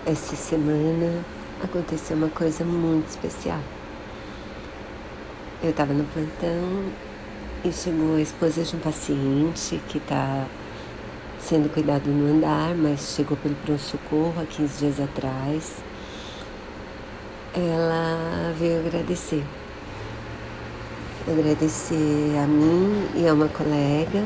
Essa semana aconteceu uma coisa muito especial. Eu estava no plantão e chegou a esposa de um paciente que está sendo cuidado no andar, mas chegou pelo pronto-socorro há 15 dias atrás. Ela veio agradecer a mim e a uma colega,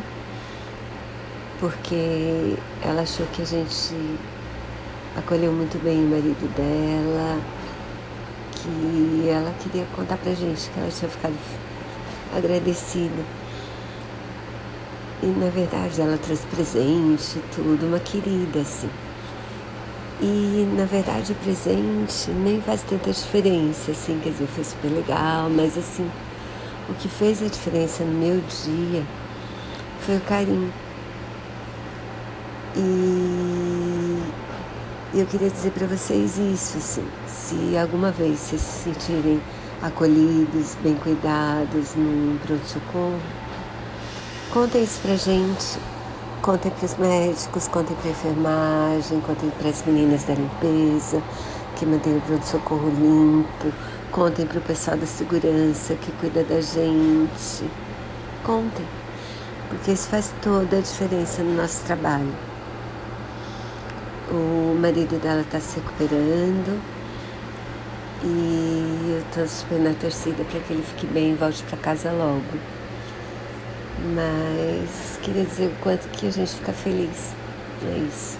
porque ela achou que a gente acolheu muito bem o marido dela, que ela queria contar pra gente que ela tinha ficado agradecida. E na verdade ela trouxe presente, tudo, uma querida assim. E na verdade o presente nem faz tanta diferença, assim, quer dizer, foi super legal, mas assim, o que fez a diferença no meu dia foi o carinho. E eu queria dizer para vocês isso, assim, se alguma vez vocês se sentirem acolhidos, bem cuidados num pronto-socorro, contem isso pra gente, contem para os médicos, contem para a enfermagem, contem para as meninas da limpeza, que mantém o pronto-socorro limpo, contem para o pessoal da segurança que cuida da gente, contem, porque isso faz toda a diferença no nosso trabalho. O marido dela está se recuperando e eu estou super na torcida para que ele fique bem e volte para casa logo. Mas queria dizer o quanto que a gente fica feliz. É isso.